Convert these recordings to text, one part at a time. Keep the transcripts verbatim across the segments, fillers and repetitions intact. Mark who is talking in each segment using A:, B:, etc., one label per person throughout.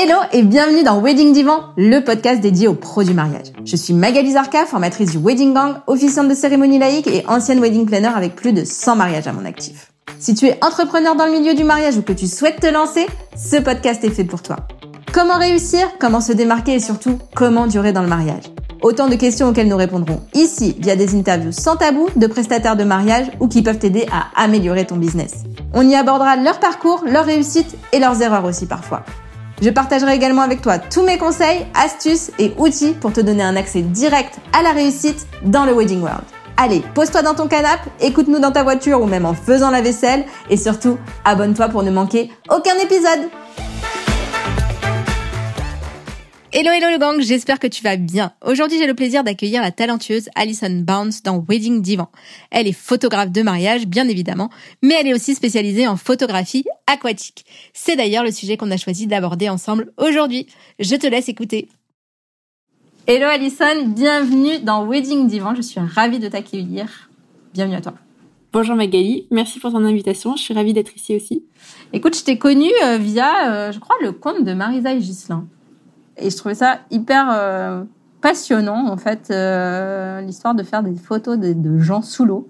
A: Hello et bienvenue dans Wedding Divan, le podcast dédié aux pros du mariage. Je suis Magali Zarka, formatrice du Wedding Gang, officiante de cérémonie laïque et ancienne wedding planner avec plus de cent mariages à mon actif. Si tu es entrepreneur dans le milieu du mariage ou que tu souhaites te lancer, ce podcast est fait pour toi. Comment réussir, comment se démarquer et surtout, comment durer dans le mariage? Autant de questions auxquelles nous répondrons ici via des interviews sans tabou de prestataires de mariage ou qui peuvent t'aider à améliorer ton business. On y abordera leur parcours, leurs réussites et leurs erreurs aussi parfois. Je partagerai également avec toi tous mes conseils, astuces et outils pour te donner un accès direct à la réussite dans le Wedding World. Allez, pose-toi dans ton canapé, écoute-nous dans ta voiture ou même en faisant la vaisselle et surtout, abonne-toi pour ne manquer aucun épisode. Hello, hello le gang, j'espère que tu vas bien. Aujourd'hui, j'ai le plaisir d'accueillir la talentueuse Alison Bounce dans Wedding Divan. Elle est photographe de mariage, bien évidemment, mais elle est aussi spécialisée en photographie aquatique. C'est d'ailleurs le sujet qu'on a choisi d'aborder ensemble aujourd'hui. Je te laisse écouter. Hello Alison, bienvenue dans Wedding Divan. Je suis ravie de t'accueillir. Bienvenue à toi.
B: Bonjour Magali, merci pour ton invitation. Je suis ravie d'être ici aussi.
A: Écoute, je t'ai connue euh, via, euh, je crois, le compte de Marisa et Ghislain. Et je trouvais ça hyper euh, passionnant, en fait, euh, l'histoire de faire des photos de, de gens sous l'eau.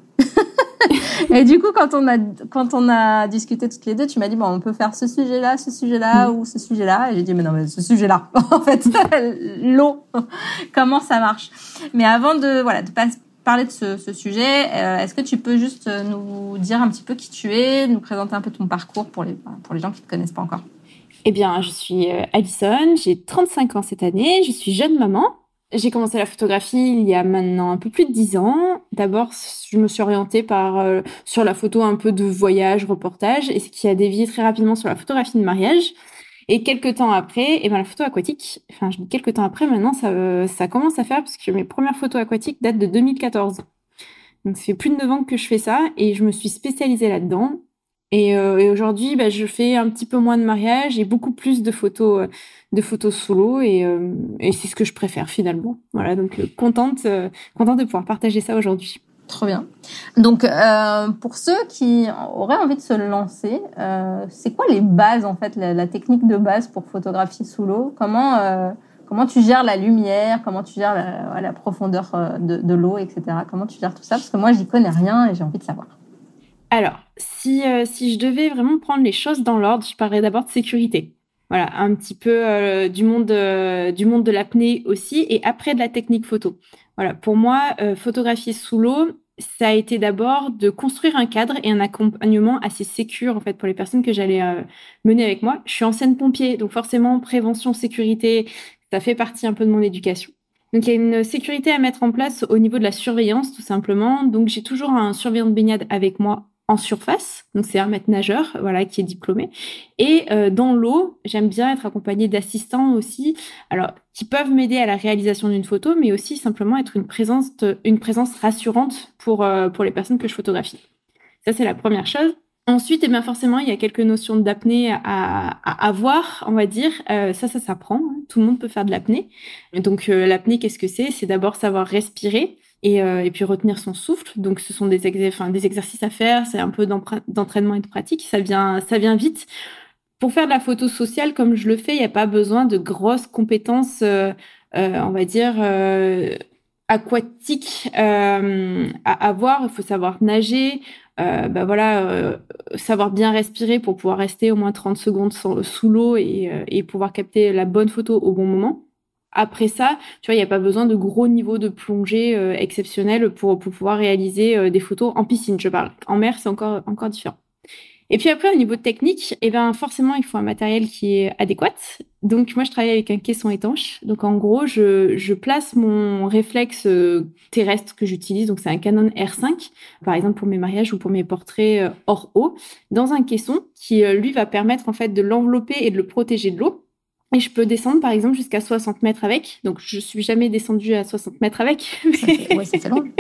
A: Et du coup, quand on a quand on a discuté toutes les deux, tu m'as dit bon, on peut faire ce sujet-là, ce sujet-là mmh. ou ce sujet-là. Et j'ai dit mais non, mais ce sujet-là, en fait, l'eau, comment ça marche. Mais avant de voilà de pas parler de ce, ce sujet, euh, est-ce que tu peux juste nous dire un petit peu qui tu es, nous présenter un peu ton parcours pour les pour les gens qui te connaissent pas encore.
B: Eh bien, je suis Alison, j'ai trente-cinq ans cette année, je suis jeune maman. J'ai commencé la photographie il y a maintenant un peu plus de dix ans. D'abord, je me suis orientée par, euh, sur la photo un peu de voyage, reportage, et ce qui a dévié très rapidement sur la photographie de mariage. Et quelques temps après, eh ben, la photo aquatique, enfin, je dis quelques temps après, maintenant, ça, euh, ça commence à faire, parce que mes premières photos aquatiques datent de deux mille quatorze. Donc, ça fait plus de neuf ans que je fais ça, et je me suis spécialisée là-dedans. Et, euh, et aujourd'hui, bah, je fais un petit peu moins de mariage et beaucoup plus de photos, euh, de photos sous l'eau et, euh, et c'est ce que je préfère finalement. Voilà, donc euh, contente, euh, contente de pouvoir partager ça aujourd'hui.
A: Trop bien. Donc, euh, pour ceux qui auraient envie de se lancer, euh, c'est quoi les bases en fait, la, la technique de base pour photographier sous l'eau? Comment euh, comment tu gères la lumière? Comment tu gères la, la profondeur de, de l'eau, et cetera. Comment tu gères tout ça? Parce que moi, j'y connais rien et j'ai envie de savoir.
B: Alors, si, euh, si je devais vraiment prendre les choses dans l'ordre, je parlerais d'abord de sécurité. Voilà, un petit peu euh, du monde euh, du monde de l'apnée aussi, et après de la technique photo. Voilà, pour moi, euh, photographier sous l'eau, ça a été d'abord de construire un cadre et un accompagnement assez sécure en fait pour les personnes que j'allais euh, mener avec moi. Je suis ancienne pompier, donc forcément prévention, sécurité, ça fait partie un peu de mon éducation. Donc, il y a une sécurité à mettre en place au niveau de la surveillance, tout simplement. Donc, j'ai toujours un surveillant de baignade avec moi en surface, donc c'est un maître nageur, voilà, qui est diplômé. Et euh, dans l'eau, j'aime bien être accompagnée d'assistants aussi, alors qui peuvent m'aider à la réalisation d'une photo, mais aussi simplement être une présence, une présence rassurante pour euh, pour les personnes que je photographie. Ça, c'est la première chose. Ensuite, eh bien forcément, il y a quelques notions d'apnée à, à avoir, on va dire. Euh, ça, ça s'apprend. Hein. Tout le monde peut faire de l'apnée. Donc, euh, l'apnée, qu'est-ce que c'est? C'est d'abord savoir respirer. Et, euh, et puis retenir son souffle. Donc, ce sont des, ex- enfin, des exercices à faire, c'est un peu d'entraînement et de pratique, ça vient, ça vient vite. Pour faire de la photo sociale, comme je le fais, il n'y a pas besoin de grosses compétences, euh, euh, on va dire, euh, aquatiques euh, à avoir. Il faut savoir nager, euh, bah voilà, euh, savoir bien respirer pour pouvoir rester au moins trente secondes sans, sous l'eau et, euh, et pouvoir capter la bonne photo au bon moment. Après ça, tu vois, il n'y a pas besoin de gros niveaux de plongée euh, exceptionnels pour, pour pouvoir réaliser euh, des photos en piscine, je parle. En mer, c'est encore, encore différent. Et puis après, au niveau technique, eh ben, forcément, il faut un matériel qui est adéquat. Donc, moi, je travaille avec un caisson étanche. Donc, en gros, je, je place mon réflexe euh, terrestre que j'utilise. Donc, c'est un Canon R cinq, par exemple, pour mes mariages ou pour mes portraits euh, hors eau, dans un caisson qui, euh, lui, va permettre, en fait, de l'envelopper et de le protéger de l'eau. Et je peux descendre, par exemple, jusqu'à soixante mètres avec. Donc, je suis jamais descendue à soixante mètres avec.
A: Ça fait, ouais, ça fait long.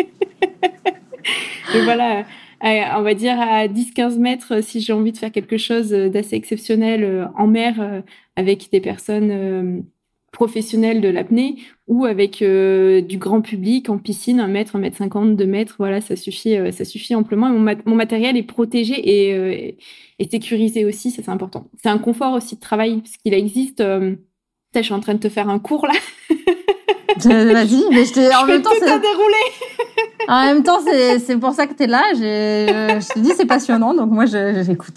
B: Donc, voilà, on va dire à dix quinze mètres, si j'ai envie de faire quelque chose d'assez exceptionnel en mer avec des personnes professionnels de l'apnée ou avec euh, du grand public en piscine, un mètre, un mètre cinquante, deux mètres, voilà, ça suffit, euh, ça suffit amplement. Et mon, mat- mon matériel est protégé et, euh, et sécurisé aussi, ça c'est important. C'est un confort aussi de travail parce qu'il existe. Euh, je suis en train de te faire un cours là.
A: Vas-y, mais je t'ai, en
B: je
A: même temps,
B: tout
A: c'est...
B: à dérouler.
A: En même temps, c'est, c'est pour ça que t'es là. J'ai, je te dis, c'est passionnant, donc moi, je, j'écoute.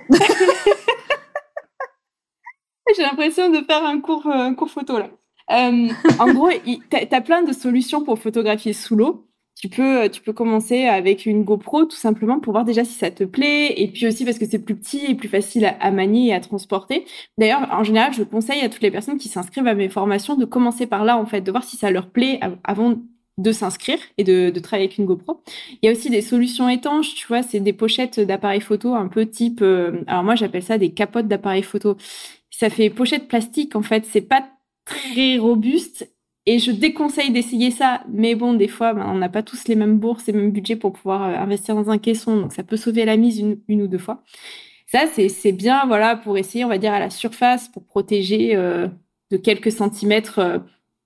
B: J'ai l'impression de faire un cours, un cours photo là. Euh, en gros, tu as plein de solutions pour photographier sous l'eau. Tu peux, tu peux commencer avec une GoPro tout simplement pour voir déjà si ça te plaît et puis aussi parce que c'est plus petit et plus facile à, à manier et à transporter. D'ailleurs, en général, je conseille à toutes les personnes qui s'inscrivent à mes formations de commencer par là en fait, de voir si ça leur plaît avant de s'inscrire et de, de travailler avec une GoPro. Il y a aussi des solutions étanches, tu vois, c'est des pochettes d'appareils photo un peu type, euh, alors moi j'appelle ça des capotes d'appareils photo. Ça fait pochette plastique en fait, c'est pas très robuste et je déconseille d'essayer ça. Mais bon, des fois, ben, on n'a pas tous les mêmes bourses et les mêmes budgets pour pouvoir euh, investir dans un caisson, donc ça peut sauver la mise une, une ou deux fois. Ça, c'est, c'est bien, voilà, pour essayer, on va dire, à la surface, pour protéger euh, de quelques centimètres euh,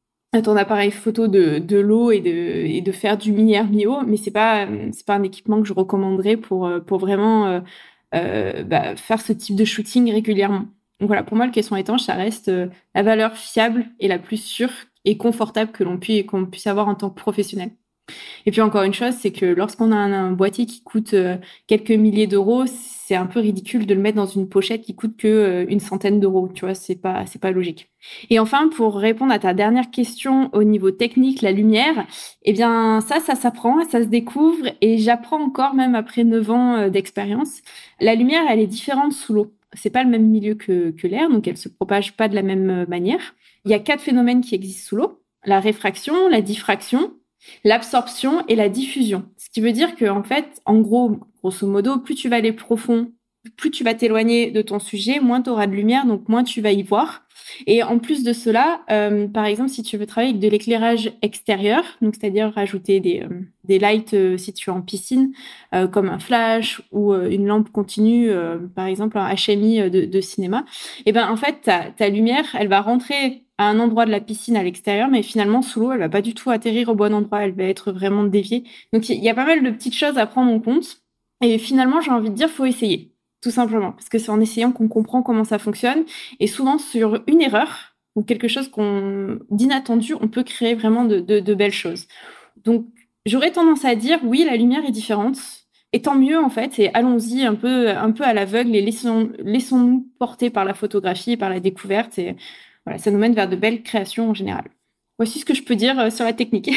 B: ton appareil photo de, de l'eau et de, et de faire du mi-air, mi-eau. Mais c'est pas, c'est pas un équipement que je recommanderais pour, pour vraiment euh, euh, bah, faire ce type de shooting régulièrement. Donc voilà, pour moi, le caisson étanche, ça reste euh, la valeur fiable et la plus sûre et confortable que l'on puisse, qu'on puisse avoir en tant que professionnel. Et puis encore une chose, c'est que lorsqu'on a un, un boîtier qui coûte euh, quelques milliers d'euros, c'est un peu ridicule de le mettre dans une pochette qui coûte que euh, une centaine d'euros. Tu vois, c'est pas, c'est pas logique. Et enfin, pour répondre à ta dernière question au niveau technique, la lumière, eh bien ça, ça s'apprend, ça se découvre et j'apprends encore même après neuf ans euh, d'expérience. La lumière, elle est différente sous l'eau. C'est pas le même milieu que, que l'air, donc elle se propage pas de la même manière. Il y a quatre phénomènes qui existent sous l'eau: la réfraction, la diffraction, l'absorption et la diffusion. Ce qui veut dire que, en fait, en gros, grosso modo, plus tu vas aller profond, plus tu vas t'éloigner de ton sujet, moins tu auras de lumière, donc moins tu vas y voir. Et en plus de cela, euh, par exemple, si tu veux travailler avec de l'éclairage extérieur, donc c'est-à-dire rajouter des, euh, des lights euh, si tu es en piscine, euh, comme un flash ou euh, une lampe continue, euh, par exemple un H M I de, de cinéma, et ben en fait ta, ta lumière, elle va rentrer à un endroit de la piscine à l'extérieur, mais finalement sous l'eau, elle va pas du tout atterrir au bon endroit, elle va être vraiment déviée. Donc il y a pas mal de petites choses à prendre en compte. Et finalement, j'ai envie de dire, faut essayer. Tout simplement, parce que c'est en essayant qu'on comprend comment ça fonctionne. Et souvent, sur une erreur ou quelque chose qu'on d'inattendu, on peut créer vraiment de, de, de belles choses. Donc, j'aurais tendance à dire, oui, la lumière est différente. Et tant mieux, en fait, et allons-y un peu, un peu à l'aveugle et laissons, laissons-nous porter par la photographie et par la découverte. Et voilà, ça nous mène vers de belles créations en général. Voici ce que je peux dire sur la technique.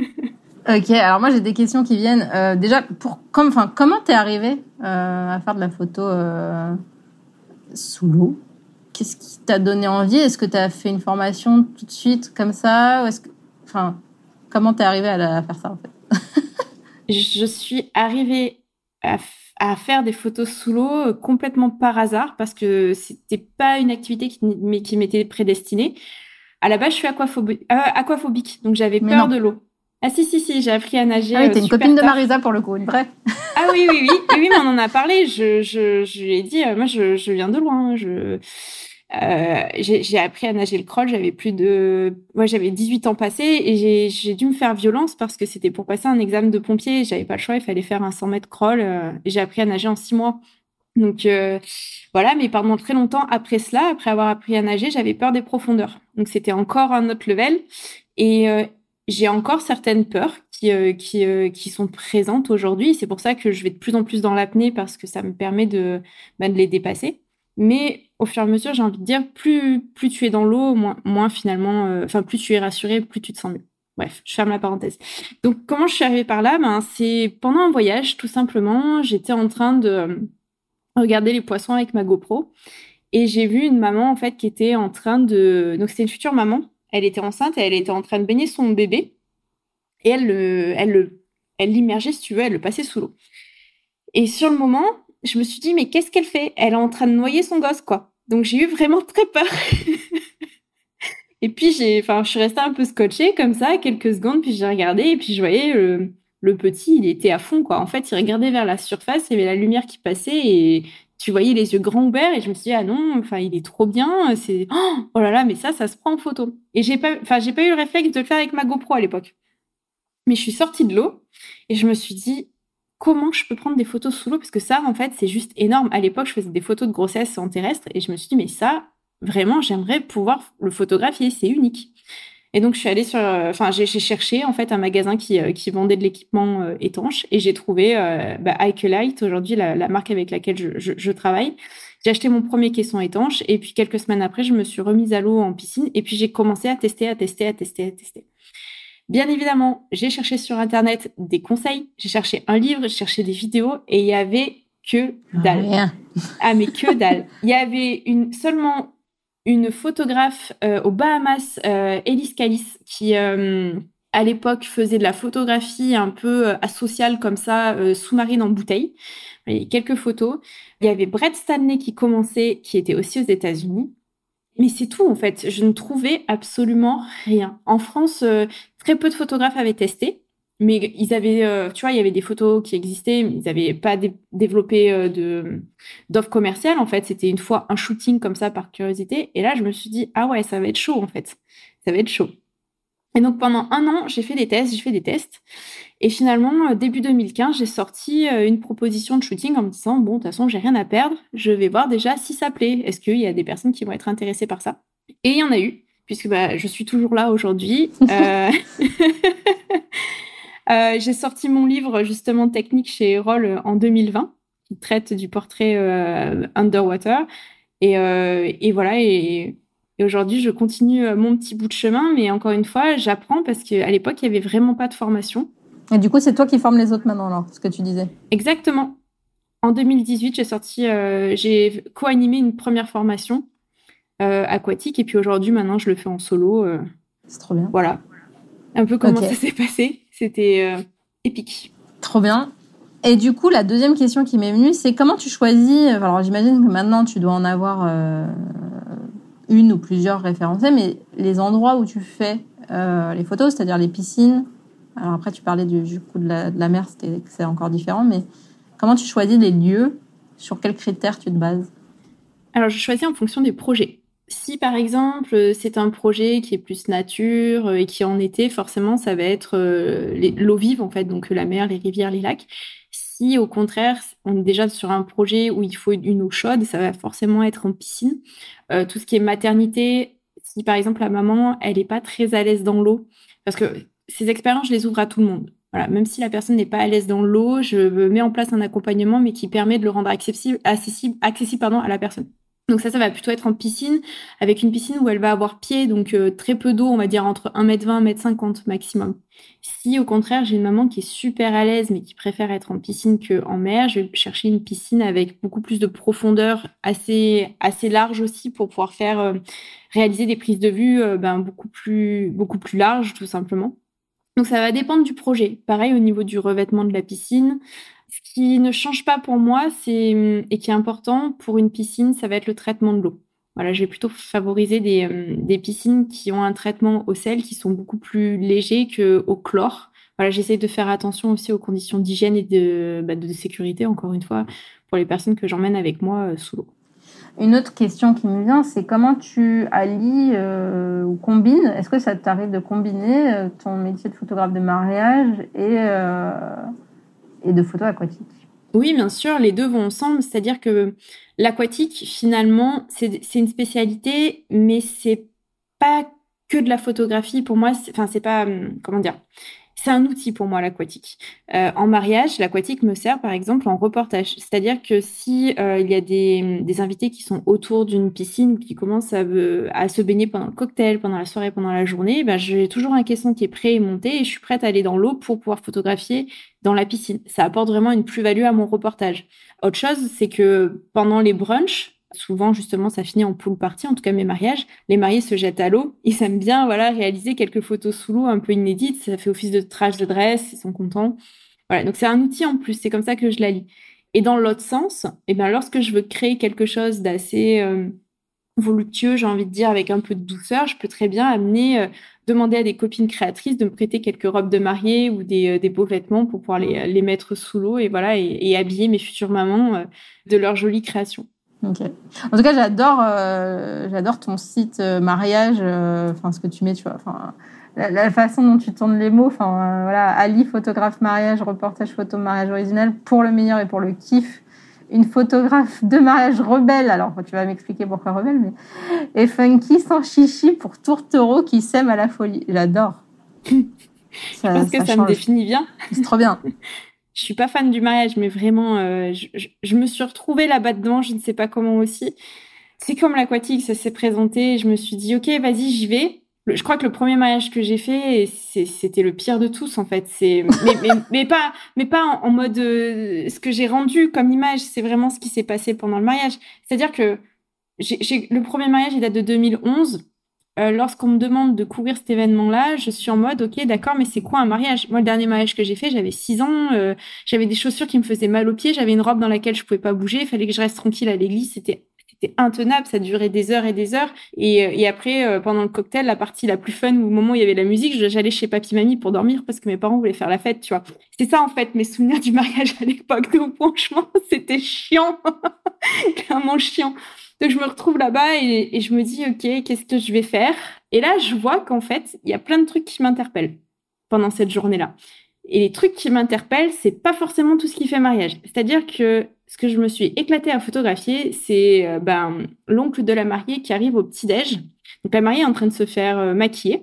A: Ok, alors moi j'ai des questions qui viennent. Euh, déjà, pour comme, enfin, comment t'es arrivée euh, à faire de la photo euh, sous l'eau? Qu'est-ce qui t'a donné envie? Est-ce que t'as fait une formation tout de suite comme ça, ou est-ce que, enfin, comment t'es arrivée à, la, à faire ça en fait?
B: Je suis arrivée à, f- à faire des photos sous l'eau euh, complètement par hasard parce que c'était pas une activité qui, mais qui m'était prédestinée. À la base, je suis aquaphobi- euh, aquaphobique, donc j'avais
A: Mais
B: peur
A: non.
B: de l'eau. Ah si, si, si, j'ai appris à nager
A: Ah oui,
B: euh,
A: t'es une
B: super
A: copine de
B: tard.
A: Marisa pour le coup, une vraie.
B: Ah oui, oui, oui, oui, oui, mais on en a parlé. Je, je, je lui ai dit, euh, moi, je, je viens de loin. Je, euh, j'ai, j'ai appris à nager le crawl. J'avais plus de, ouais, j'avais dix-huit ans passés et j'ai, j'ai dû me faire violence parce que c'était pour passer un examen de pompier. J'avais pas le choix. Il fallait faire un cent mètres crawl. Euh, et j'ai appris à nager en six mois. Donc euh, voilà, mais pendant très longtemps après cela, après avoir appris à nager, j'avais peur des profondeurs. Donc c'était encore un autre level. Et euh, j'ai encore certaines peurs qui, euh, qui, euh, qui sont présentes aujourd'hui. C'est pour ça que je vais de plus en plus dans l'apnée parce que ça me permet de, bah, de les dépasser. Mais au fur et à mesure, j'ai envie de dire, plus, plus tu es dans l'eau, moins, moins finalement, euh, enfin, plus tu es rassuré, plus tu te sens mieux. Bref, je ferme la parenthèse. Donc, comment je suis arrivée par là? Ben, c'est pendant un voyage, tout simplement. J'étais en train de regarder les poissons avec ma GoPro et j'ai vu une maman, en fait, qui était en train de... Donc, c'était une future maman. Elle était enceinte et elle était en train de baigner son bébé et elle le, elle le, elle l'immergeait, si tu veux, elle le passait sous l'eau. Et sur le moment, je me suis dit, mais qu'est-ce qu'elle fait? Elle est en train de noyer son gosse, quoi. Donc, j'ai eu vraiment très peur. Et puis, j'ai, enfin, je suis restée un peu scotchée comme ça, quelques secondes, puis j'ai regardé et puis je voyais le, le petit, il était à fond, quoi. En fait, il regardait vers la surface, il y avait la lumière qui passait et tu voyais les yeux grands ouverts et je me suis dit, ah non, enfin, il est trop bien, c'est, oh, oh là là, mais ça, ça se prend en photo. Et j'ai pas, enfin, j'ai pas eu le réflexe de le faire avec ma GoPro à l'époque. Mais je suis sortie de l'eau et je me suis dit, comment je peux prendre des photos sous l'eau? Parce que ça, en fait, c'est juste énorme. À l'époque, je faisais des photos de grossesse en terrestre et je me suis dit, mais ça, vraiment, j'aimerais pouvoir le photographier, c'est unique. Et donc, je suis allée sur, euh, enfin, j'ai, j'ai cherché, en fait, un magasin qui, euh, qui vendait de l'équipement euh, étanche et j'ai trouvé euh, bah, Ikelite, aujourd'hui, la, la marque avec laquelle je, je, je travaille. J'ai acheté mon premier caisson étanche et puis quelques semaines après, je me suis remise à l'eau en piscine et puis j'ai commencé à tester, à tester, à tester, à tester. Bien évidemment, j'ai cherché sur Internet des conseils, j'ai cherché un livre, j'ai cherché des vidéos et il y avait que dalle.
A: Rien.
B: Ah, mais que dalle. Il y avait une, seulement une photographe euh, aux Bahamas, euh, Elise Callis, qui euh, à l'époque faisait de la photographie un peu euh, asociale comme ça, euh, sous-marine en bouteille. Il y avait quelques photos. Il y avait Brett Stanley qui commençait, qui était aussi aux États-Unis. Mais c'est tout, en fait. Je ne trouvais absolument rien. En France, euh, très peu de photographes avaient testé. Mais ils avaient, euh, tu vois, il y avait des photos qui existaient, mais ils n'avaient pas dé- développé euh, de, d'offres commerciales. En fait, c'était une fois un shooting comme ça par curiosité. Et là, je me suis dit, ah ouais, ça va être chaud, en fait. Ça va être chaud. Et donc, pendant un an, j'ai fait des tests, j'ai fait des tests. Et finalement, euh, début deux mille quinze, j'ai sorti euh, une proposition de shooting en me disant, bon, de toute façon, j'ai rien à perdre. Je vais voir déjà si ça plaît. Est-ce qu'il y a des personnes qui vont être intéressées par ça? Et il y en a eu, puisque bah, je suis toujours là aujourd'hui. Euh... Euh, j'ai sorti mon livre justement technique chez Erol en deux mille vingt, qui traite du portrait euh, underwater. Et, euh, et voilà. Et, et aujourd'hui, je continue mon petit bout de chemin, mais encore une fois, j'apprends parce qu'à l'époque, il y avait vraiment pas de formation.
A: Et du coup, c'est toi qui formes les autres maintenant, alors, ce que tu disais.
B: Exactement. En deux mille dix-huit, j'ai sorti, euh, j'ai co-animé une première formation euh, aquatique, et puis aujourd'hui, maintenant, je le fais en solo. Euh,
A: c'est trop bien.
B: Voilà. Un peu comment
A: okay.
B: ça s'est passé. C'était euh, épique.
A: Trop bien. Et du coup, la deuxième question qui m'est venue, c'est comment tu choisis... Alors, j'imagine que maintenant, tu dois en avoir euh, une ou plusieurs référencées, mais les endroits où tu fais euh, les photos, c'est-à-dire les piscines. Alors après, tu parlais du, du coup de la, de la mer, c'était, c'est encore différent, mais comment tu choisis les lieux? Sur quels critères tu te bases?
B: Alors, je choisis en fonction des projets. Si, par exemple, c'est un projet qui est plus nature et qui, en été, forcément, ça va être euh, les, l'eau vive, en fait, donc la mer, les rivières, les lacs. Si, au contraire, on est déjà sur un projet où il faut une eau chaude, ça va forcément être en piscine. Euh, tout ce qui est maternité, si, par exemple, la maman, elle n'est pas très à l'aise dans l'eau, parce que ces expériences, je les ouvre à tout le monde. Voilà, même si la personne n'est pas à l'aise dans l'eau, je mets en place un accompagnement, mais qui permet de le rendre accessible, accessible, accessible pardon, à la personne. Donc ça, ça va plutôt être en piscine, avec une piscine où elle va avoir pied, donc euh, très peu d'eau, on va dire entre un mètre vingt, un mètre cinquante maximum. Si au contraire, j'ai une maman qui est super à l'aise, mais qui préfère être en piscine qu'en mer, je vais chercher une piscine avec beaucoup plus de profondeur, assez, assez large aussi, pour pouvoir faire euh, réaliser des prises de vue euh, ben, beaucoup plus, beaucoup plus larges, tout simplement. Donc ça va dépendre du projet. Pareil au niveau du revêtement de la piscine. Ce qui ne change pas pour moi, c'est, et qui est important pour une piscine, ça va être le traitement de l'eau. Voilà, je vais plutôt favoriser des, euh, des piscines qui ont un traitement au sel qui sont beaucoup plus légers qu'au chlore. Voilà, j'essaie de faire attention aussi aux conditions d'hygiène et de, bah, de sécurité, encore une fois, pour les personnes que j'emmène avec moi euh, sous l'eau.
A: Une autre question qui me vient, c'est comment tu allies euh, ou combines, est-ce que ça t'arrive de combiner euh, ton métier de photographe de mariage et, euh, et de photo aquatique?
B: Oui, bien sûr, les deux vont ensemble, c'est-à-dire que l'aquatique, finalement, c'est, c'est une spécialité, mais c'est pas que de la photographie. Pour moi, c'est, enfin, c'est pas, comment dire, c'est un outil pour moi, l'aquatique. Euh, en mariage, l'aquatique me sert, par exemple, en reportage. C'est-à-dire que si euh, il y a des, des invités qui sont autour d'une piscine, qui commencent à, à se baigner pendant le cocktail, pendant la soirée, pendant la journée, ben, j'ai toujours un caisson qui est prêt et monté et je suis prête à aller dans l'eau pour pouvoir photographier dans la piscine. Ça apporte vraiment une plus-value à mon reportage. Autre chose, c'est que pendant les brunchs, souvent, justement, ça finit en pool party, en tout cas mes mariages. Les mariés se jettent à l'eau. Ils aiment bien voilà, réaliser quelques photos sous l'eau un peu inédites. Ça fait office de trash de dress. Ils sont contents. Voilà, donc c'est un outil en plus. C'est comme ça que je la lis. Et dans l'autre sens, eh ben, lorsque je veux créer quelque chose d'assez, euh, voluptueux, j'ai envie de dire, avec un peu de douceur, je peux très bien amener, euh, demander à des copines créatrices de me prêter quelques robes de mariée ou des, euh, des beaux vêtements pour pouvoir les, les mettre sous l'eau et voilà, et, et habiller mes futures mamans euh, de leurs jolies créations.
A: Ok. En tout cas, j'adore, euh, j'adore ton site euh, mariage, enfin euh, ce que tu mets, tu vois, enfin la, la façon dont tu tournes les mots, enfin euh, voilà, Ali photographe mariage, reportage photo mariage original pour le meilleur et pour le kiff. Une photographe de mariage rebelle, alors tu vas m'expliquer pourquoi rebelle, mais et funky sans chichi pour tourtereaux qui s'aiment à la folie. J'adore.
B: Ça, je pense que ça, ça me définit bien.
A: C'est trop bien.
B: Je suis pas fan du mariage, mais vraiment, euh, je, je, je me suis retrouvée là-bas dedans, je ne sais pas comment aussi. C'est comme l'aquatique, ça s'est présenté, je me suis dit, ok, vas-y, j'y vais. Je crois que le premier mariage que j'ai fait, c'est, c'était le pire de tous, en fait. C'est, mais, mais, mais pas, mais pas en, en mode euh, ce que j'ai rendu comme image, c'est vraiment ce qui s'est passé pendant le mariage. C'est-à-dire que j'ai, j'ai, le premier mariage, il date de deux mille onze. Euh, lorsqu'on me demande de couvrir cet événement-là, je suis en mode, ok, d'accord, mais c'est quoi un mariage? Moi, le dernier mariage que j'ai fait, j'avais six ans, euh, j'avais des chaussures qui me faisaient mal aux pieds, j'avais une robe dans laquelle je pouvais pas bouger, il fallait que je reste tranquille à l'église, c'était c'était intenable, ça durait des heures et des heures. Et, et après, euh, pendant le cocktail, la partie la plus fun, au moment où il y avait la musique, j'allais chez papy mamie pour dormir parce que mes parents voulaient faire la fête, tu vois. C'est ça, en fait, mes souvenirs du mariage à l'époque. Donc, franchement, c'était chiant. Clairement chiant. Donc, je me retrouve là-bas et, et je me dis, OK, qu'est-ce que je vais faire? Et là, je vois qu'en fait, il y a plein de trucs qui m'interpellent pendant cette journée-là. Et les trucs qui m'interpellent, c'est pas forcément tout ce qui fait mariage. C'est-à-dire que ce que je me suis éclatée à photographier, c'est euh, ben, l'oncle de la mariée qui arrive au petit-déj. Donc la mariée est en train de se faire euh, maquiller.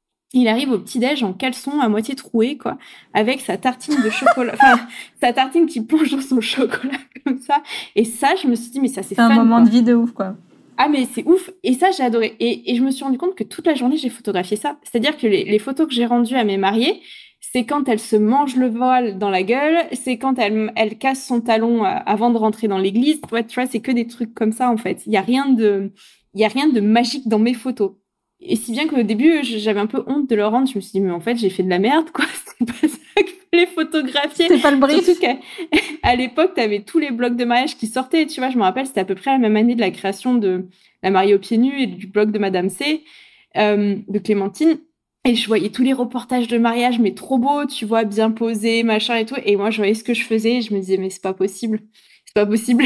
B: Il arrive au petit-déj en caleçon à moitié troué, quoi, avec sa tartine de chocolat, enfin, sa tartine qui plonge dans son chocolat comme ça. Et ça, je me suis dit, mais ça, c'est,
A: c'est
B: fun,
A: un moment
B: quoi.
A: de vie de ouf, quoi.
B: Ah, mais c'est ouf. Et ça, j'ai adoré. Et, et je me suis rendu compte que toute la journée, j'ai photographié ça. C'est-à-dire que les, les photos que j'ai rendues à mes mariées, c'est quand elle se mange le voile dans la gueule, c'est quand elle, elle casse son talon avant de rentrer dans l'église. Ouais, tu vois, c'est que des trucs comme ça, en fait. Il y a rien de, il y a rien de magique dans mes photos. Et si bien qu'au début, j'avais un peu honte de leur rendre. Je me suis dit, mais en fait, j'ai fait de la merde, quoi. C'est pas ça que je voulais photographier.
A: C'est pas le brief.
B: Surtout qu'à à l'époque, t'avais tous les blogs de mariage qui sortaient. Tu vois, je me rappelle, c'était à peu près la même année de la création de La mariée aux pieds nus et du blog de Madame C, euh, de Clémentine. Et je voyais tous les reportages de mariage, mais trop beaux, tu vois, bien posés, machin et tout. Et moi, je voyais ce que je faisais et je me disais, mais c'est pas possible. C'est pas possible.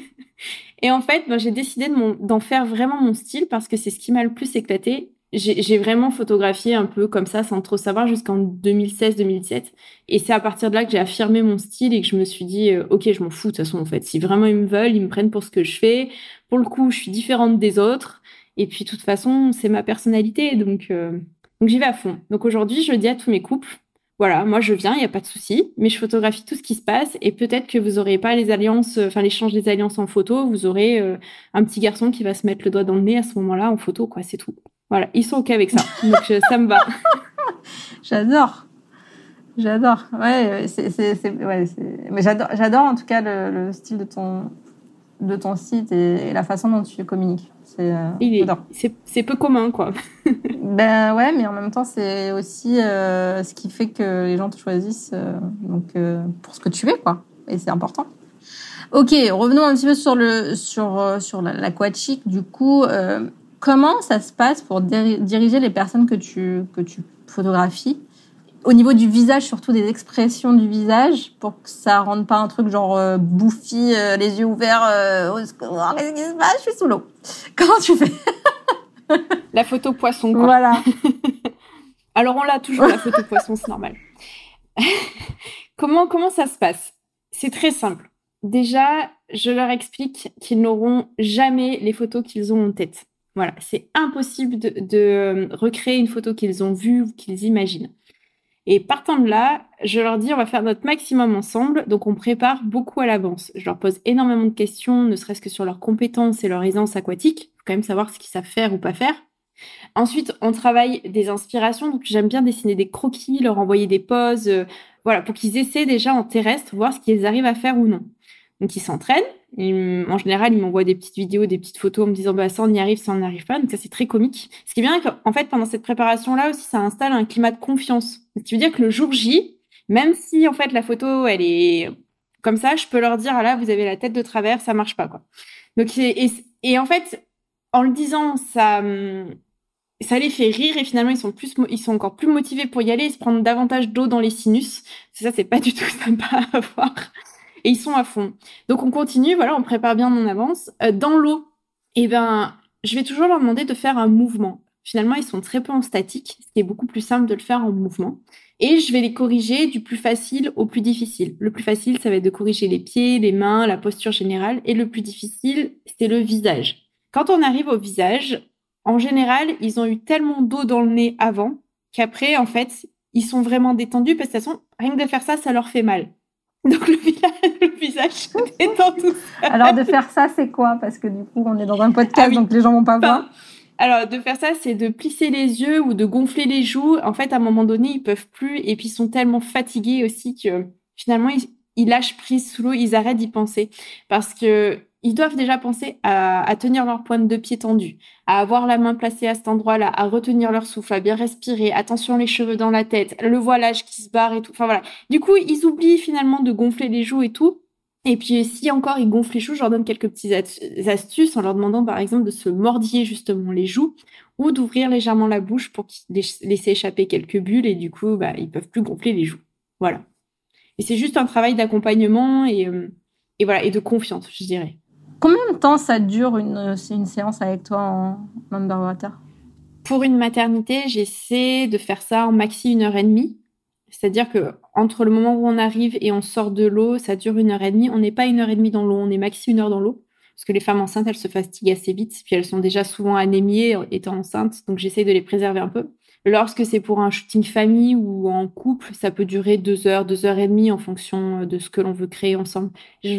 B: Et en fait, ben, j'ai décidé de mon, d'en faire vraiment mon style parce que c'est ce qui m'a le plus éclaté. J'ai, j'ai vraiment photographié un peu comme ça, sans trop savoir, jusqu'en deux mille seize deux mille dix-sept. Et c'est à partir de là que j'ai affirmé mon style et que je me suis dit, euh, ok, je m'en fous de toute façon, en fait. Si vraiment ils me veulent, ils me prennent pour ce que je fais. Pour le coup, je suis différente des autres. Et puis, de toute façon, c'est ma personnalité. Donc, euh, donc j'y vais à fond. Donc aujourd'hui, je dis à tous mes couples, voilà, moi je viens, il n'y a pas de souci, mais je photographie tout ce qui se passe et peut-être que vous n'aurez pas les alliances, enfin l'échange des alliances en photo, vous aurez euh, un petit garçon qui va se mettre le doigt dans le nez à ce moment-là en photo, quoi, c'est tout. Voilà, ils sont OK avec ça, donc euh, ça me va.
A: J'adore. J'adore. Ouais, c'est, c'est, c'est, ouais, c'est... Mais j'adore, j'adore en tout cas le, le style de ton, de ton site et, et la façon dont tu communiques. C'est, euh,
B: Il est, c'est, c'est peu commun, quoi.
A: Ben ouais, mais en même temps, c'est aussi euh, ce qui fait que les gens te choisissent euh, donc, euh, pour ce que tu es, quoi. Et c'est important. Ok, revenons un petit peu sur, le, sur, euh, sur l'aquatique. Du coup, euh, comment ça se passe pour dir- diriger les personnes que tu, que tu photographies au niveau du visage, surtout des expressions du visage, pour que ça rende pas un truc genre euh, bouffi, euh, les yeux ouverts, euh, oh, qu'est-ce qui se passe, je suis sous l'eau. Comment tu fais?
B: La photo poisson, quoi.
A: Voilà.
B: Alors, on l'a toujours, la photo poisson, c'est normal. comment, comment ça se passe? C'est très simple. Déjà, je leur explique qu'ils n'auront jamais les photos qu'ils ont en tête. Voilà, c'est impossible de, de recréer une photo qu'ils ont vue ou qu'ils imaginent. Et partant de là, je leur dis, on va faire notre maximum ensemble. Donc, on prépare beaucoup à l'avance. Je leur pose énormément de questions, ne serait-ce que sur leurs compétences et leur aisance aquatique. Il faut quand même savoir ce qu'ils savent faire ou pas faire. Ensuite, on travaille des inspirations. Donc, j'aime bien dessiner des croquis, leur envoyer des poses, euh, voilà, pour qu'ils essaient déjà en terrestre, voir ce qu'ils arrivent à faire ou non. Donc, ils s'entraînent. Et, en général, ils m'envoient des petites vidéos, des petites photos en me disant bah, ça, on y arrive, ça, on n'y arrive pas. Donc, ça, c'est très comique. Ce qui est bien, en fait, pendant cette préparation-là aussi, ça installe un climat de confiance. Ce qui veut dire que le jour J, même si, en fait, la photo, elle est comme ça, je peux leur dire ah là, vous avez la tête de travers, ça marche pas, quoi. Donc, et, et, et en fait, en le disant, ça, ça les fait rire et finalement, ils sont, plus, ils sont encore plus motivés pour y aller et se prendre davantage d'eau dans les sinus. Ça, c'est pas du tout sympa à voir. Et ils sont à fond. Donc, on continue, voilà, on prépare bien en avance. Euh, dans l'eau, eh ben, je vais toujours leur demander de faire un mouvement. Finalement, ils sont très peu en statique, ce qui est beaucoup plus simple de le faire en mouvement. Et je vais les corriger du plus facile au plus difficile. Le plus facile, ça va être de corriger les pieds, les mains, la posture générale. Et le plus difficile, c'est le visage. Quand on arrive au visage, en général, ils ont eu tellement d'eau dans le nez avant qu'après, en fait, ils sont vraiment détendus parce que de toute façon, rien que de faire ça, ça leur fait mal. Donc le visage, le visage se détend tout seul.
A: Alors de faire ça, c'est quoi? Parce que du coup, on est dans un podcast, ah oui. Donc les gens vont pas
B: enfin,
A: voir.
B: Alors de faire ça, c'est de plisser les yeux ou de gonfler les joues. En fait, à un moment donné, ils peuvent plus et puis ils sont tellement fatigués aussi que finalement, ils, ils lâchent prise sous l'eau, ils arrêtent d'y penser parce que ils doivent déjà penser à, à tenir leur pointe de pied tendue, à avoir la main placée à cet endroit-là, à retenir leur souffle, à bien respirer, attention les cheveux dans la tête, le voilage qui se barre et tout. Enfin voilà. Du coup, ils oublient finalement de gonfler les joues et tout. Et puis, si encore ils gonflent les joues, je leur donne quelques petites astuces en leur demandant, par exemple, de se mordiller justement les joues ou d'ouvrir légèrement la bouche pour laisser échapper quelques bulles et du coup, bah, ils peuvent plus gonfler les joues. Voilà. Et c'est juste un travail d'accompagnement et, euh, et voilà, et de confiance, je dirais.
A: Combien de temps ça dure une, une séance avec toi en underwater?
B: Pour une maternité, j'essaie de faire ça en maxi une heure et demie. C'est-à-dire que entre le moment où on arrive et on sort de l'eau, ça dure une heure et demie. On n'est pas une heure et demie dans l'eau, on est maxi une heure dans l'eau. Parce que les femmes enceintes, elles se fatiguent assez vite. Puis elles sont déjà souvent anémiées étant enceintes. Donc j'essaie de les préserver un peu. Lorsque c'est pour un shooting famille ou en couple, ça peut durer deux heures, deux heures et demie en fonction de ce que l'on veut créer ensemble.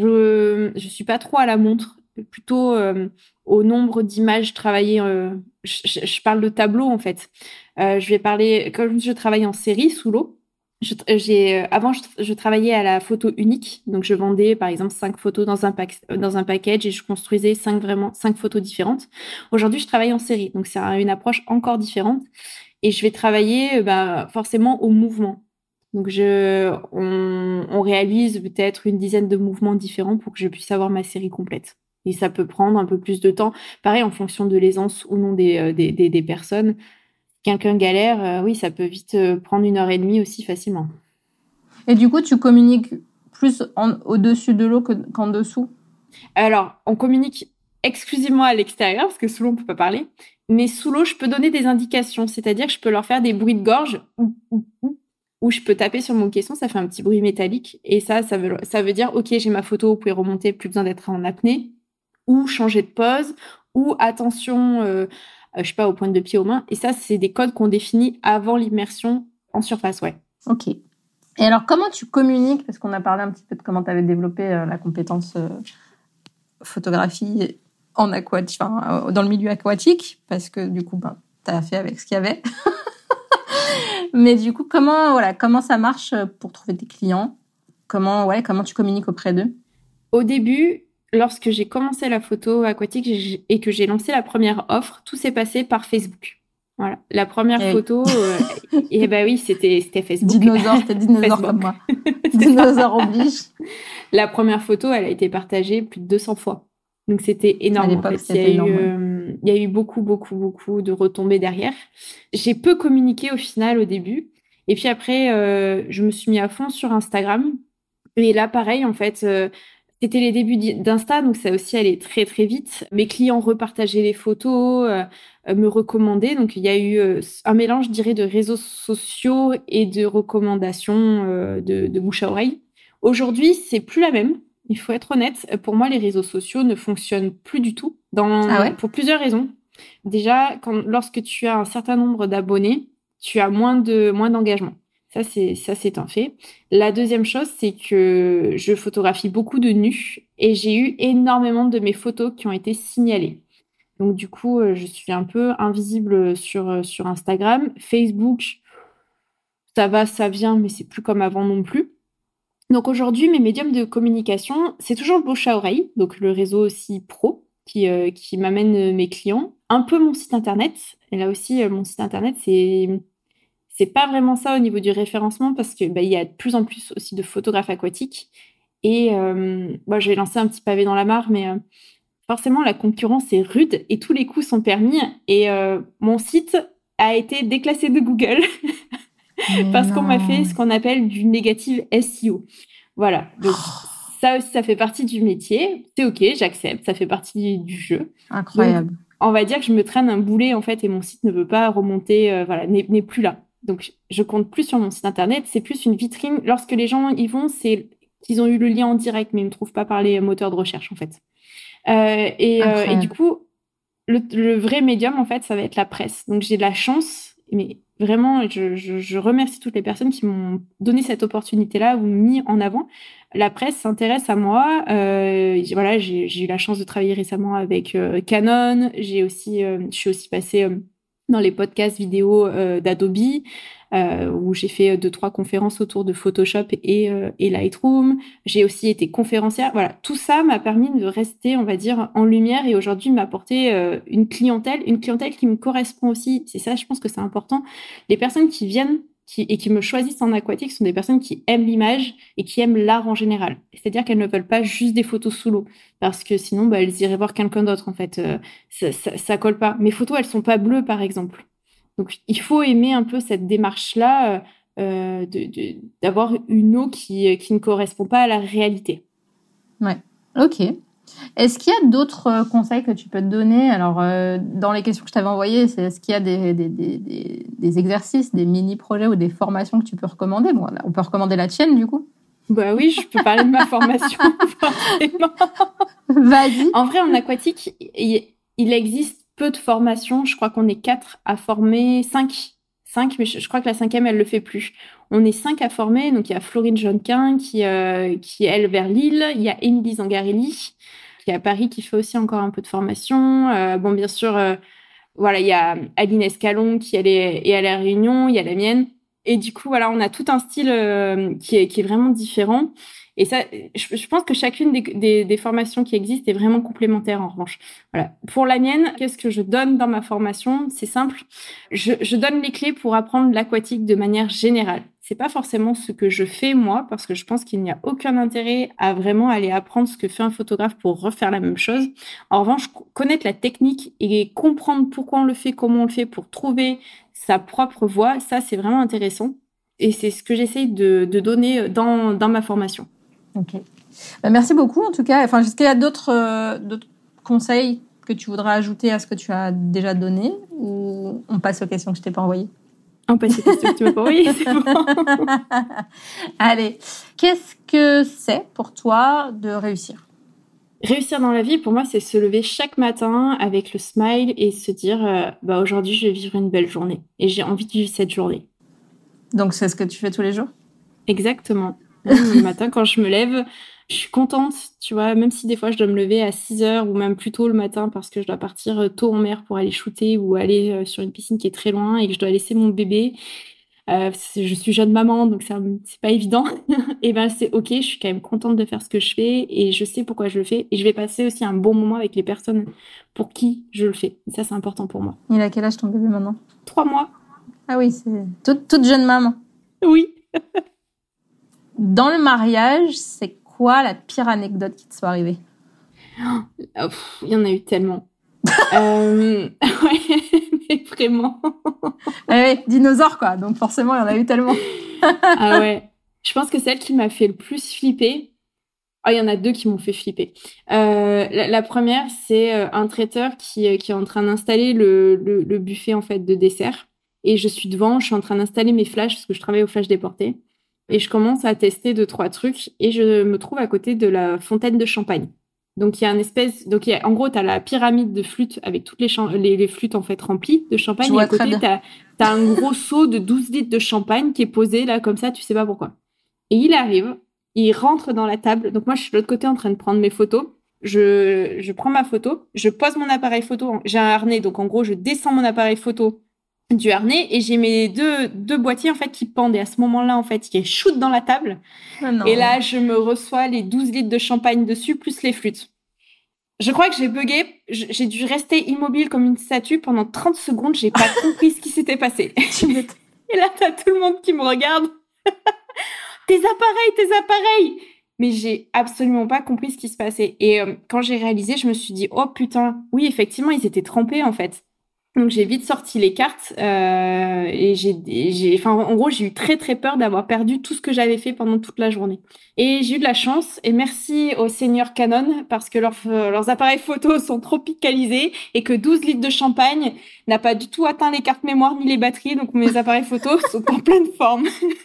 B: Je je suis pas trop à la montre, plutôt euh, au nombre d'images travaillées. Euh, je, je parle de tableau en fait. Euh, je vais parler, comme je travaille en série sous l'eau, Je, j'ai, avant, je, je travaillais à la photo unique. Donc, je vendais, par exemple, cinq photos dans un, pack, dans un package et je construisais cinq, vraiment, cinq photos différentes. Aujourd'hui, je travaille en série. Donc, c'est une approche encore différente. Et je vais travailler bah, forcément au mouvement. Donc, je, on, on réalise peut-être une dizaine de mouvements différents pour que je puisse avoir ma série complète. Et ça peut prendre un peu plus de temps. Pareil, en fonction de l'aisance ou non des, des, des, des personnes. Quelqu'un galère, euh, oui, ça peut vite euh, prendre une heure et demie aussi facilement.
A: Et du coup, tu communiques plus en, au-dessus de l'eau que, qu'en dessous?
B: Alors, on communique exclusivement à l'extérieur, parce que sous l'eau, on ne peut pas parler. Mais sous l'eau, je peux donner des indications. C'est-à-dire que je peux leur faire des bruits de gorge ou, ou, ou, ou je peux taper sur mon caisson, ça fait un petit bruit métallique. Et ça, ça veut, ça veut dire, OK, j'ai ma photo, vous pouvez remonter, plus besoin d'être en apnée. Ou changer de pose. Ou attention... Euh, Euh, je sais pas, aux pointes de pied, aux mains. Et ça, c'est des codes qu'on définit avant l'immersion en surface, ouais.
A: Ok. Et alors, comment tu communiques? Parce qu'on a parlé un petit peu de comment tu avais développé euh, la compétence euh, photographie en aquatique, enfin, euh, dans le milieu aquatique, parce que du coup, ben, tu as fait avec ce qu'il y avait. Mais du coup, comment, voilà, comment ça marche pour trouver tes clients? Comment, ouais, comment tu communiques auprès d'eux?
B: Au début, lorsque j'ai commencé la photo aquatique et que j'ai lancé la première offre, tout s'est passé par Facebook. Voilà, la première et photo, euh, et ben oui, c'était c'était Facebook.
A: Dinosaure, c'était dinosaure comme moi. Dinosaure oblige.
B: La première photo, elle a été partagée plus de deux cents fois. Donc c'était énorme. En fait. Il y a énorme. eu, euh, il y a eu beaucoup, beaucoup, beaucoup de retombées derrière. J'ai peu communiqué au final au début, et puis après, euh, je me suis mis à fond sur Instagram. Et là, pareil, en fait. Euh, C'était les débuts d'Insta, donc ça aussi allait très très vite. Mes clients repartageaient les photos, euh, me recommandaient. Donc il y a eu euh, un mélange, je dirais, de réseaux sociaux et de recommandations euh, de, de bouche à oreille. Aujourd'hui, c'est plus la même. Il faut être honnête. Pour moi, les réseaux sociaux ne fonctionnent plus du tout, dans,
A: ah ouais
B: pour plusieurs raisons. Déjà, quand, lorsque tu as un certain nombre d'abonnés, tu as moins de moins d'engagement. Ça, c'est, ça, c'est un fait. La deuxième chose, c'est que je photographie beaucoup de nus et j'ai eu énormément de mes photos qui ont été signalées. Donc, du coup, je suis un peu invisible sur, sur Instagram. Facebook, ça va, ça vient, mais c'est plus comme avant non plus. Donc, aujourd'hui, mes médiums de communication, c'est toujours le bouche à oreille, donc le réseau aussi pro qui, euh, qui m'amène mes clients. Un peu mon site internet. Et là aussi, mon site internet, c'est... C'est pas vraiment ça au niveau du référencement parce que bah, il y a de plus en plus aussi de photographes aquatiques et euh, moi j'ai lancé un petit pavé dans la mare mais euh, forcément, la concurrence est rude et tous les coups sont permis. Et euh, mon site a été déclassé de Google parce non. qu'on m'a fait ce qu'on appelle du négative S E O. Voilà. Donc, oh. ça aussi, ça fait partie du métier. C'est OK, j'accepte. Ça fait partie du jeu.
A: Incroyable.
B: Donc, on va dire que je me traîne un boulet, en fait, et mon site ne veut pas remonter, euh, voilà, n'est, n'est plus là. Donc, je compte plus sur mon site internet. C'est plus une vitrine. Lorsque les gens y vont, c'est qu'ils ont eu le lien en direct, mais ils ne me trouvent pas par les moteurs de recherche, en fait. Euh, et, euh, et du coup, le, le vrai médium, en fait, ça va être la presse. Donc, j'ai de la chance, mais vraiment, je, je, je remercie toutes les personnes qui m'ont donné cette opportunité-là ou mis en avant. La presse s'intéresse à moi. Euh, voilà, j'ai, j'ai eu la chance de travailler récemment avec euh, Canon. J'ai aussi, euh, je suis aussi passée euh, dans les podcasts vidéo euh, d'Adobe, euh, où j'ai fait deux, trois conférences autour de Photoshop et, euh, et Lightroom. J'ai aussi été conférencière. Voilà, tout ça m'a permis de rester, on va dire, en lumière et aujourd'hui m'apporter euh, une clientèle, une clientèle qui me correspond aussi. C'est ça, je pense que c'est important. Les personnes qui viennent qui, et qui me choisissent en aquatique sont des personnes qui aiment l'image et qui aiment l'art en général. C'est-à-dire qu'elles ne veulent pas juste des photos sous l'eau, parce que sinon, bah, elles iraient voir quelqu'un d'autre, en fait. Euh, ça, ça, ça colle pas. Mes photos, elles sont pas bleues, par exemple. Donc, il faut aimer un peu cette démarche-là, euh, de, de, d'avoir une eau qui, qui ne correspond pas à la réalité.
A: Ouais, ok. Est-ce qu'il y a d'autres conseils que tu peux te donner ? Alors, euh, dans les questions que je t'avais envoyées, c'est est-ce qu'il y a des, des, des, des, des exercices, des mini-projets ou des formations que tu peux recommander ? Bon, on peut recommander la tienne, du coup.
B: Bah oui, je peux parler de ma formation, forcément.
A: Vas-y.
B: En vrai, en aquatique, il, il existe peu de formations. Je crois qu'on est quatre à former, cinq. Cinq, mais je, je crois que la cinquième, elle le fait plus. On est cinq à former. Donc, il y a Florine Jonquin qui, euh, qui est, elle, vers Lille. Il y a Émilie Zangarelli qui est à Paris, qui fait aussi encore un peu de formation. Euh, bon, bien sûr, euh, voilà, il y a Aline Escalon qui elle est, est à La Réunion. Il y a la mienne. Et du coup, voilà, on a tout un style euh, qui, est, qui est vraiment différent. Et ça, je, je pense que chacune des, des, des formations qui existent est vraiment complémentaire, en revanche. Voilà. Pour la mienne, qu'est-ce que je donne dans ma formation ? C'est simple. Je, je donne les clés pour apprendre l'aquatique de manière générale. C'est pas forcément ce que je fais, moi, parce que je pense qu'il n'y a aucun intérêt à vraiment aller apprendre ce que fait un photographe pour refaire la même chose. En revanche, connaître la technique et comprendre pourquoi on le fait, comment on le fait pour trouver sa propre voie, ça, c'est vraiment intéressant. Et c'est ce que j'essaye de, de donner dans, dans ma formation.
A: Ok. Bah, merci beaucoup, en tout cas. Enfin, est-ce qu'il y a d'autres, euh, d'autres conseils que tu voudrais ajouter à ce que tu as déjà donné, ou on passe aux questions que je t'ai pas envoyées ?
B: On passe aux questions que tu m'as pas envoyées, c'est bon.
A: Allez. Qu'est-ce que c'est pour toi de réussir ?
B: Réussir dans la vie, pour moi, c'est se lever chaque matin avec le smile et se dire euh, bah, aujourd'hui, je vais vivre une belle journée. Et j'ai envie de vivre cette journée.
A: Donc, c'est ce que tu fais tous les jours ?
B: Exactement. Le matin, quand je me lève, je suis contente, tu vois, même si des fois, je dois me lever à six heures ou même plus tôt le matin parce que je dois partir tôt en mer pour aller shooter ou aller sur une piscine qui est très loin et que je dois laisser mon bébé. Euh, je suis jeune maman, donc c'est, c'est pas évident. Et ben c'est ok, je suis quand même contente de faire ce que je fais et je sais pourquoi je le fais. Et je vais passer aussi un bon moment avec les personnes pour qui je le fais. Et ça, c'est important pour moi.
A: Il a quel âge ton bébé maintenant ?
B: Trois mois.
A: Ah oui, c'est toute, toute jeune maman.
B: Oui.
A: Dans le mariage, c'est quoi la pire anecdote qui te soit arrivée ?
B: Oh, pff, il y en a eu tellement. euh, ouais, mais vraiment.
A: Ouais, dinosaure, quoi. Donc forcément, il y en a eu tellement.
B: Ah ouais. Je pense que celle qui m'a fait le plus flipper... Ah, oh, il y en a deux qui m'ont fait flipper. Euh, la, la première, c'est un traiteur qui, qui est en train d'installer le, le, le buffet, en fait, de dessert. Et je suis devant, je suis en train d'installer mes flashs, parce que je travaille au flash déporté. Et je commence à tester deux, trois trucs. Et je me trouve à côté de la fontaine de champagne. Donc, il y a une espèce... Donc, il y a... en gros, tu as la pyramide de flûtes avec toutes les, champ... les, les flûtes, en fait, remplies de champagne. Et à côté, tu as un gros seau de douze litres de champagne qui est posé, là, comme ça, tu sais pas pourquoi. Et il arrive, il rentre dans la table. Donc, moi, je suis de l'autre côté en train de prendre mes photos. Je, je prends ma photo, je pose mon appareil photo. J'ai un harnais, donc en gros, je descends mon appareil photo du harnais et j'ai mes deux, deux boîtiers en fait qui pendent. Et à ce moment-là, en fait, qui shoot dans la table. Oh non. Et là, je me reçois les douze litres de champagne dessus, plus les flûtes. Je crois que j'ai bugué. J'ai dû rester immobile comme une statue pendant trente secondes. J'ai pas compris ce qui s'était passé. Et là, t'as tout le monde qui me regarde. Tes appareils, tes appareils. mais j'ai absolument pas compris ce qui se passait. Et euh, quand j'ai réalisé, je me suis dit, oh putain, oui, effectivement, ils étaient trempés, en fait. Donc, j'ai vite sorti les cartes euh, et j'ai, j'ai, enfin, en gros, j'ai eu très, très peur d'avoir perdu tout ce que j'avais fait pendant toute la journée. Et j'ai eu de la chance et merci au seigneur Canon parce que leurs, leurs appareils photos sont tropicalisés et que douze litres de champagne n'a pas du tout atteint les cartes mémoire ni les batteries. Donc, mes appareils photos sont en pleine forme.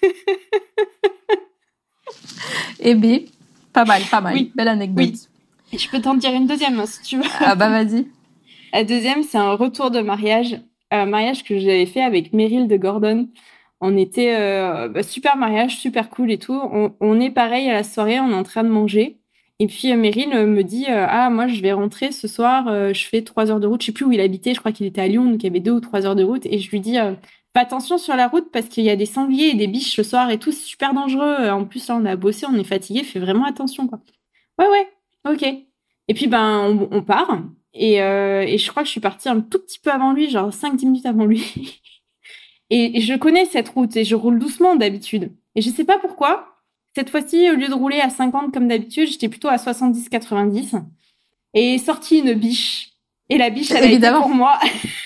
A: Eh bien, pas mal, pas mal.
B: Oui.
A: Belle anecdote.
B: Oui. Je peux t'en dire une deuxième hein, si tu veux.
A: Ah bah vas-y.
B: La deuxième, c'est un retour de mariage, un mariage que j'avais fait avec Meryl de Gordon. On était euh, bah, super mariage, super cool et tout. On, on est pareil à la soirée, on est en train de manger. Et puis euh, Meryl euh, me dit euh, ah moi je vais rentrer ce soir, euh, je fais trois heures de route. Je sais plus où il habitait, je crois qu'il était à Lyon, donc il y avait deux ou trois heures de route. Et je lui dis euh, fais attention sur la route parce qu'il y a des sangliers et des biches ce soir et tout, c'est super dangereux. En plus là on a bossé, on est fatigué, fais vraiment attention quoi. Ouais ouais, ok. Et puis ben on, on part. Et, euh, et je crois que je suis partie un tout petit peu avant lui, genre cinq dix minutes avant lui. et, et je connais cette route et je roule doucement d'habitude. Et je sais pas pourquoi, cette fois-ci, au lieu de rouler à cinquante comme d'habitude, j'étais plutôt à soixante-dix quatre-vingt-dix. Et est sortie une biche. Et la biche, elle a été pour moi.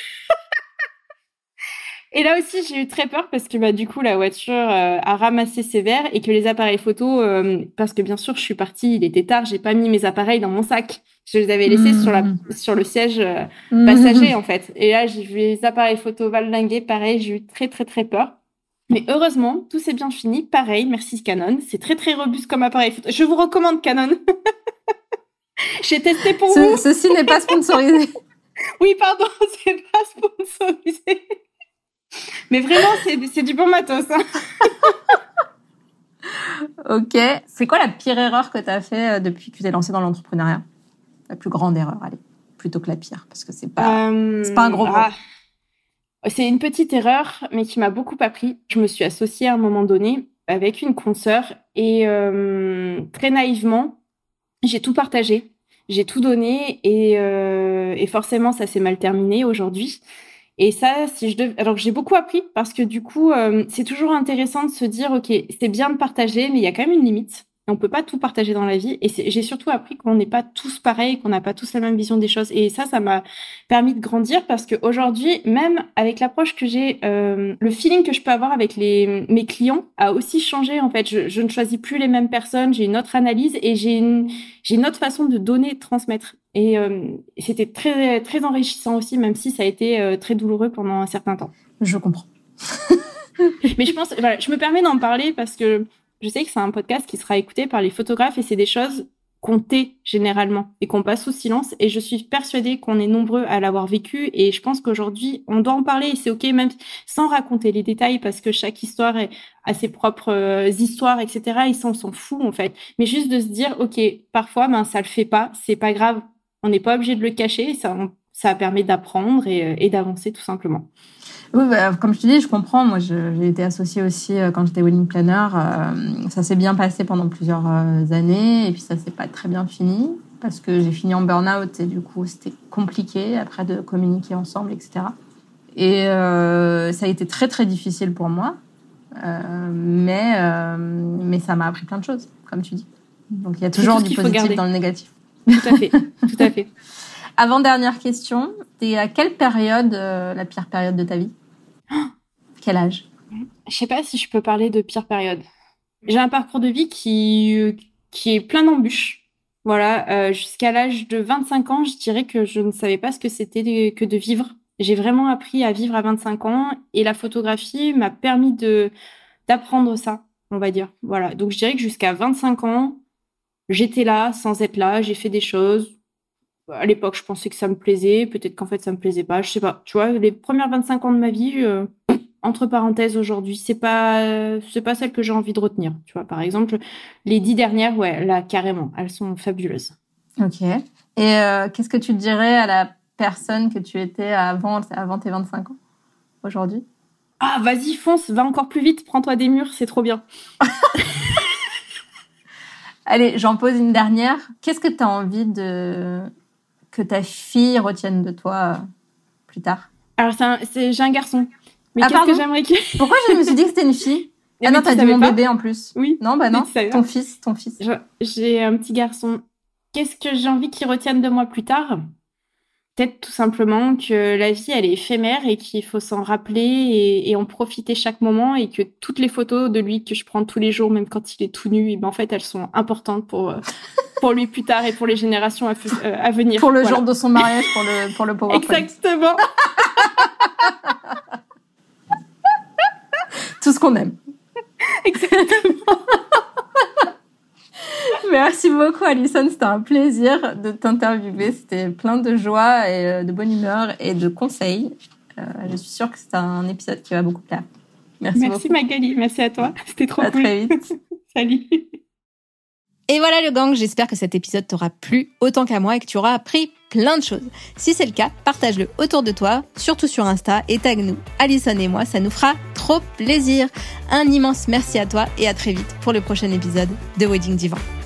B: Et là aussi, j'ai eu très peur parce que bah, du coup, la voiture euh, a ramassé ses verres et que les appareils photos, euh, parce que bien sûr, je suis partie, il était tard, j'ai pas mis mes appareils dans mon sac. Je les avais laissés mmh. sur, la, sur le siège euh, mmh. passager, en fait. Et là, j'ai vu les appareils photos valdinguer, pareil, j'ai eu très, très, très peur. Mais heureusement, tout s'est bien fini. Pareil, merci Canon. C'est très, très robuste comme appareil photo. Je vous recommande Canon. J'ai testé pour
A: Ce,
B: vous.
A: Ceci n'est pas sponsorisé.
B: Oui, pardon, c'est pas sponsorisé. Mais vraiment, c'est, c'est du bon matos. Hein.
A: Ok. C'est quoi la pire erreur que tu as fait depuis que tu t'es lancée dans l'entrepreneuriat ? La plus grande erreur, allez, plutôt que la pire, parce que c'est pas, euh, c'est pas un gros mot.
B: Ah, c'est une petite erreur, mais qui m'a beaucoup appris. Je me suis associée à un moment donné avec une consoeur et euh, très naïvement, j'ai tout partagé, j'ai tout donné et, euh, et forcément, ça s'est mal terminé aujourd'hui. Et ça, si je dev... alors j'ai beaucoup appris parce que du coup, euh, c'est toujours intéressant de se dire, ok, c'est bien de partager, mais il y a quand même une limite. On peut pas tout partager dans la vie. Et c'est... j'ai surtout appris qu'on n'est pas tous pareils, qu'on n'a pas tous la même vision des choses. Et ça, ça m'a permis de grandir parce qu'aujourd'hui, même avec l'approche que j'ai, euh, le feeling que je peux avoir avec les... mes clients a aussi changé. En fait, je, je ne choisis plus les mêmes personnes. J'ai une autre analyse et j'ai une, j'ai une autre façon de donner et de transmettre. Et euh, c'était très, très enrichissant aussi, même si ça a été euh, très douloureux pendant un certain temps.
A: Je comprends.
B: Mais je pense, voilà, je me permets d'en parler parce que je sais que c'est un podcast qui sera écouté par les photographes et c'est des choses qu'on tait généralement et qu'on passe sous silence. Et je suis persuadée qu'on est nombreux à l'avoir vécu et je pense qu'aujourd'hui, on doit en parler et c'est OK, même sans raconter les détails parce que chaque histoire a ses propres euh, histoires, et cetera. Et ça, on s'en fout en fait. Mais juste de se dire, OK, parfois, ben, ça le fait pas, c'est pas grave. On n'est pas obligé de le cacher, ça, on, ça permet d'apprendre et, et d'avancer tout simplement.
A: Oui, bah, comme je te dis, je comprends. Moi, je, j'ai été associée aussi euh, quand j'étais wedding planner. Euh, ça s'est bien passé pendant plusieurs euh, années et puis ça s'est pas très bien fini parce que j'ai fini en burn-out et du coup, c'était compliqué après de communiquer ensemble, et cetera. Et euh, ça a été très, très difficile pour moi. Euh, mais, euh, mais ça m'a appris plein de choses, comme tu dis. Donc, il y a toujours du positif dans le négatif.
B: Tout à fait, tout à fait.
A: Avant-dernière question, t'es à quelle période, euh, la pire période de ta vie ? Quel âge ?
B: Je sais pas si je peux parler de pire période. J'ai un parcours de vie qui, euh, qui est plein d'embûches. Voilà, euh, jusqu'à l'âge de vingt-cinq ans, je dirais que je ne savais pas ce que c'était de, que de vivre. J'ai vraiment appris à vivre à vingt-cinq ans et la photographie m'a permis de, d'apprendre ça, on va dire. Voilà, donc je dirais que jusqu'à vingt-cinq ans, j'étais là sans être là, j'ai fait des choses. À l'époque, je pensais que ça me plaisait. Peut-être qu'en fait, ça me plaisait pas. Je sais pas. Tu vois, les premières vingt-cinq ans de ma vie, euh, entre parenthèses, aujourd'hui, c'est pas, c'est pas celle que j'ai envie de retenir. Tu vois, par exemple, les dix dernières, ouais, là, carrément, elles sont fabuleuses.
A: Ok. Et euh, qu'est-ce que tu dirais à la personne que tu étais avant, avant tes vingt-cinq ans, aujourd'hui ?
B: Ah, vas-y, fonce, va encore plus vite, prends-toi des murs, c'est trop bien.
A: Allez, j'en pose une dernière. Qu'est-ce que tu as envie de... que ta fille retienne de toi euh, plus tard ?
B: Alors, c'est un, c'est, j'ai un garçon. Mais
A: ah,
B: qu'est-ce
A: pardon
B: que j'aimerais qu'il...
A: Pourquoi je me suis dit que c'était une fille ? Et ah non, t'as dit mon pas bébé en plus.
B: Oui.
A: Non, bah non, ton fils, ton fils.
B: Je, j'ai un petit garçon. Qu'est-ce que j'ai envie qu'il retienne de moi plus tard ? Peut-être tout simplement que la vie, elle est éphémère et qu'il faut s'en rappeler et, et en profiter chaque moment, et que toutes les photos de lui que je prends tous les jours, même quand il est tout nu, et ben en fait, elles sont importantes pour, pour lui plus tard et pour les générations à, euh, à venir.
A: Pour le
B: voilà.
A: jour de son mariage, pour le, pour le PowerPoint.
B: Exactement.
A: Tout ce qu'on aime.
B: Exactement.
A: Merci beaucoup, Alison. C'était un plaisir de t'interviewer. C'était plein de joie et de bonne humeur et de conseils. Euh, je suis sûre que c'est un épisode qui va beaucoup plaire. Merci,
B: Merci
A: beaucoup.
B: Magali. Merci à toi. C'était trop
A: à
B: cool.
A: À très vite.
B: Salut.
A: Et voilà le gang, j'espère que cet épisode t'aura plu autant qu'à moi et que tu auras appris plein de choses. Si c'est le cas, partage-le autour de toi, surtout sur Insta, et tag-nous, Alison et moi, ça nous fera trop plaisir. Un immense merci à toi et à très vite pour le prochain épisode de Wedding Divan.